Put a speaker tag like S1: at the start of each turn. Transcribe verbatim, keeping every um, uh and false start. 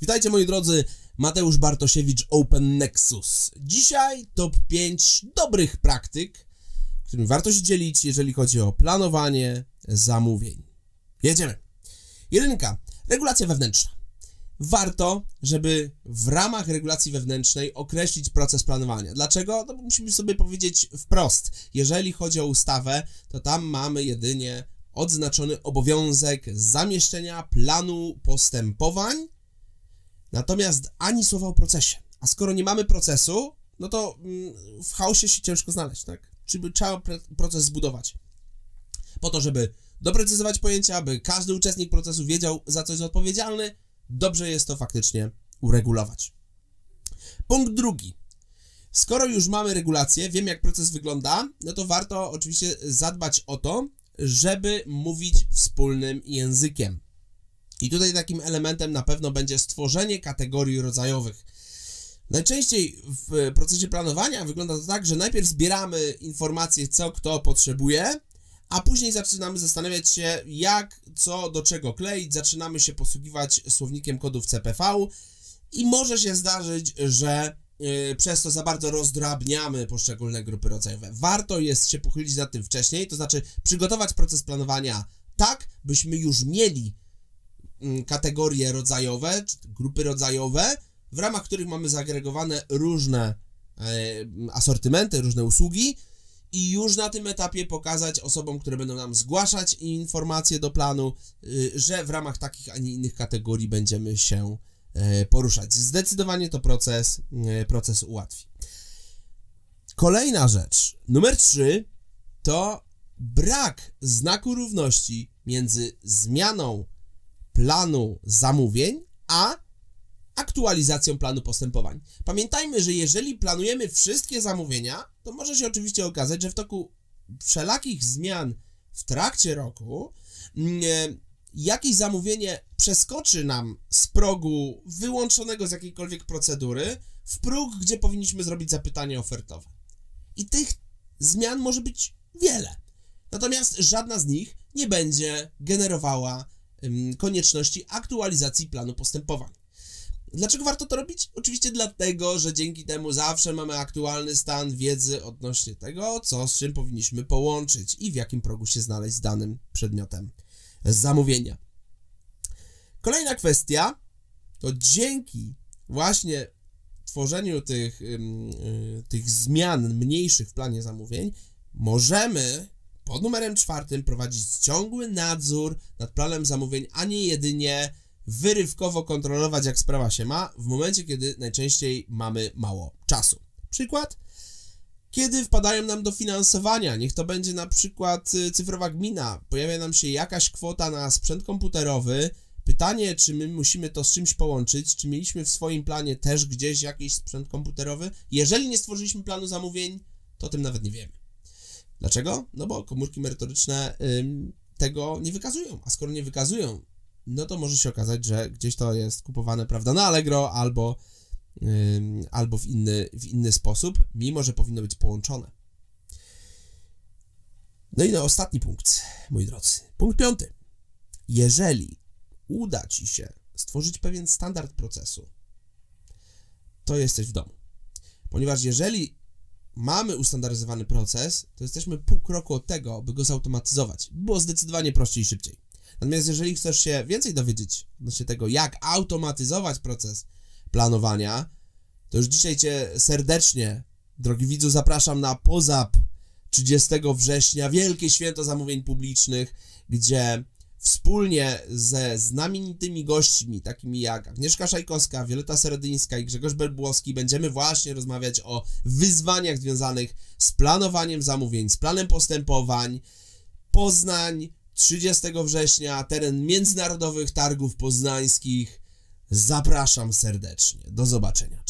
S1: Witajcie moi drodzy, Mateusz Bartosiewicz, Open Nexus. Dzisiaj top pięć dobrych praktyk, którymi warto się dzielić, jeżeli chodzi o planowanie zamówień. Jedziemy. Jedynka. Regulacja wewnętrzna. Warto, żeby w ramach regulacji wewnętrznej określić proces planowania. Dlaczego? No, musimy sobie powiedzieć wprost. Jeżeli chodzi o ustawę, to tam mamy jedynie odznaczony obowiązek zamieszczenia planu postępowań, natomiast ani słowa o procesie. A skoro nie mamy procesu, no to w chaosie się ciężko znaleźć, tak? Czyli trzeba proces zbudować. Po to, żeby doprecyzować pojęcia, aby każdy uczestnik procesu wiedział, za co jest odpowiedzialny, dobrze jest to faktycznie uregulować. Punkt drugi. Skoro już mamy regulację, wiem jak proces wygląda, no to warto oczywiście zadbać o to, żeby mówić wspólnym językiem. I tutaj takim elementem na pewno będzie stworzenie kategorii rodzajowych. Najczęściej w procesie planowania wygląda to tak, że najpierw zbieramy informacje, co kto potrzebuje, a później zaczynamy zastanawiać się, jak, co, do czego kleić, zaczynamy się posługiwać słownikiem kodów C P V i może się zdarzyć, że yy, przez to za bardzo rozdrabniamy poszczególne grupy rodzajowe. Warto jest się pochylić nad tym wcześniej, to znaczy przygotować proces planowania tak, byśmy już mieli yy, kategorie rodzajowe, czy grupy rodzajowe, w ramach których mamy zagregowane różne yy, asortymenty, różne usługi, i już na tym etapie pokazać osobom, które będą nam zgłaszać informacje do planu, że w ramach takich, a nie innych kategorii będziemy się poruszać. Zdecydowanie to proces, proces ułatwi. Kolejna rzecz, numer trzy, to brak znaku równości między zmianą planu zamówień, a aktualizacją planu postępowań. Pamiętajmy, że jeżeli planujemy wszystkie zamówienia, to może się oczywiście okazać, że w toku wszelakich zmian w trakcie roku nie, jakieś zamówienie przeskoczy nam z progu wyłączonego z jakiejkolwiek procedury w próg, gdzie powinniśmy zrobić zapytanie ofertowe. I tych zmian może być wiele. Natomiast żadna z nich nie będzie generowała ym, konieczności aktualizacji planu postępowań. Dlaczego warto to robić? Oczywiście dlatego, że dzięki temu zawsze mamy aktualny stan wiedzy odnośnie tego, co z czym powinniśmy połączyć i w jakim progu się znaleźć z danym przedmiotem zamówienia. Kolejna kwestia to dzięki właśnie tworzeniu tych, yy, tych zmian mniejszych w planie zamówień możemy pod numerem czwartym prowadzić ciągły nadzór nad planem zamówień, a nie jedynie wyrywkowo kontrolować, jak sprawa się ma, w momencie, kiedy najczęściej mamy mało czasu. Przykład? Kiedy wpadają nam do finansowania, niech to będzie na przykład cyfrowa gmina, pojawia nam się jakaś kwota na sprzęt komputerowy, pytanie, czy my musimy to z czymś połączyć, czy mieliśmy w swoim planie też gdzieś jakiś sprzęt komputerowy. Jeżeli nie stworzyliśmy planu zamówień, to o tym nawet nie wiemy. Dlaczego? No bo komórki merytoryczne ym, tego nie wykazują, a skoro nie wykazują, no to może się okazać, że gdzieś to jest kupowane, prawda, na Allegro albo, yy, albo w, inny, w inny sposób, mimo że powinno być połączone. No i na ostatni punkt, moi drodzy. Punkt piąty. Jeżeli uda Ci się stworzyć pewien standard procesu, to jesteś w domu. Ponieważ jeżeli mamy ustandaryzowany proces, to jesteśmy pół kroku od tego, by go zautomatyzować. Było zdecydowanie prościej i szybciej. Natomiast jeżeli chcesz się więcej dowiedzieć odnośnie tego, jak automatyzować proces planowania, to już dzisiaj Cię serdecznie, drogi widzu, zapraszam na POZAP trzydziestego września, wielkie święto zamówień publicznych, gdzie wspólnie ze znamienitymi gośćmi, takimi jak Agnieszka Szajkowska, Wioleta Seredyńska i Grzegorz Belbłowski, będziemy właśnie rozmawiać o wyzwaniach związanych z planowaniem zamówień, z planem postępowań. Poznań, trzydziestego września, teren Międzynarodowych Targów Poznańskich. Zapraszam serdecznie. Do zobaczenia.